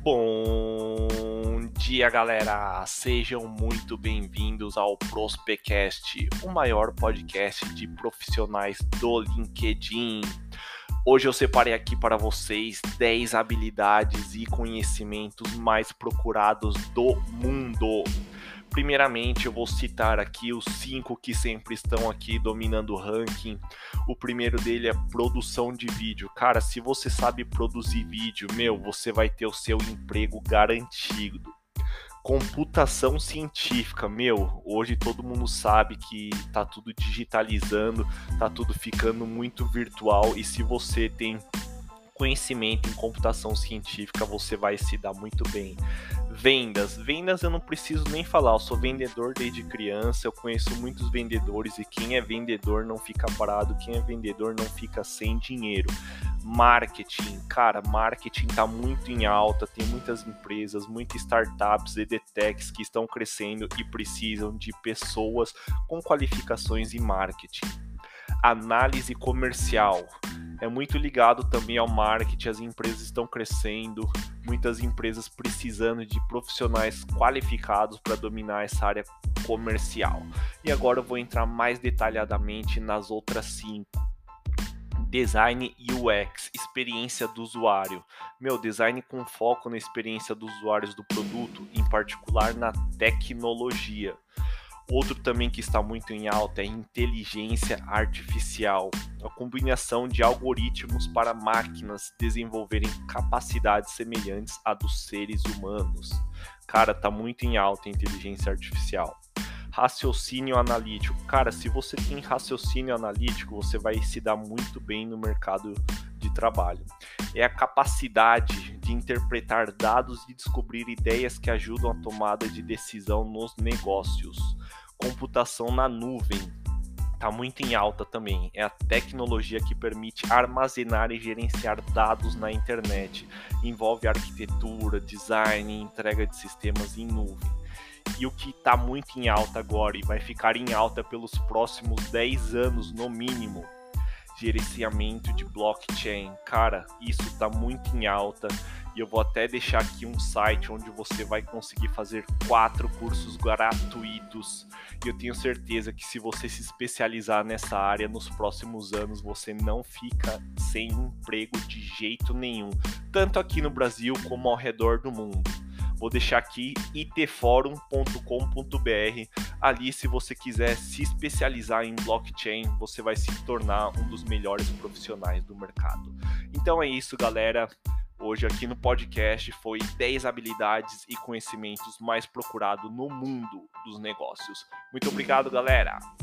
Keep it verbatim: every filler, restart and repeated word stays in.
Bom dia, galera! Sejam muito bem-vindos ao Prospecast, o maior podcast de profissionais do LinkedIn. Hoje eu separei aqui para vocês dez habilidades e conhecimentos mais procurados do mundo. Primeiramente, eu vou citar aqui os cinco que sempre estão aqui dominando o ranking. O primeiro dele é produção de vídeo. Cara, se você sabe produzir vídeo, meu, você vai ter o seu emprego garantido. Computação científica, meu, hoje todo mundo sabe que tá tudo digitalizando, tá tudo ficando muito virtual, e se você tem conhecimento em computação científica, você vai se dar muito bem. Vendas. Vendas eu não preciso nem falar, eu sou vendedor desde criança, eu conheço muitos vendedores e quem é vendedor não fica parado, quem é vendedor não fica sem dinheiro. Marketing, cara, marketing tá muito em alta, tem muitas empresas, muitas startups, edtechs que estão crescendo e precisam de pessoas com qualificações em marketing. Análise comercial. É muito ligado também ao marketing, as empresas estão crescendo, muitas empresas precisando de profissionais qualificados para dominar essa área comercial. E agora eu vou entrar mais detalhadamente nas outras cinco. Design U X, experiência do usuário. Meu, design com foco na experiência dos usuários do produto, em particular na tecnologia. Outro também que está muito em alta é inteligência artificial, a combinação de algoritmos para máquinas desenvolverem capacidades semelhantes à dos seres humanos. Cara, tá muito em alta a inteligência artificial. Raciocínio analítico. Cara, se você tem raciocínio analítico, você vai se dar muito bem no mercado de trabalho. É a capacidade de interpretar dados e descobrir ideias que ajudam a tomada de decisão nos negócios. Computação na nuvem. Está muito em alta também. É a tecnologia que permite armazenar e gerenciar dados na internet. Envolve arquitetura, design e entrega de sistemas em nuvem. E o que está muito em alta agora e vai ficar em alta pelos próximos dez anos no mínimo, gerenciamento de blockchain. Cara, isso está muito em alta e eu vou até deixar aqui um site onde você vai conseguir fazer quatro cursos gratuitos. E eu tenho certeza que se você se especializar nessa área nos próximos anos, você não fica sem emprego de jeito nenhum, tanto aqui no Brasil como ao redor do mundo. Vou deixar aqui i t forum ponto com ponto b r. Ali, se você quiser se especializar em blockchain, você vai se tornar um dos melhores profissionais do mercado. Então é isso, galera. Hoje aqui no podcast foi dez habilidades e conhecimentos mais procurados no mundo dos negócios. Muito obrigado, galera!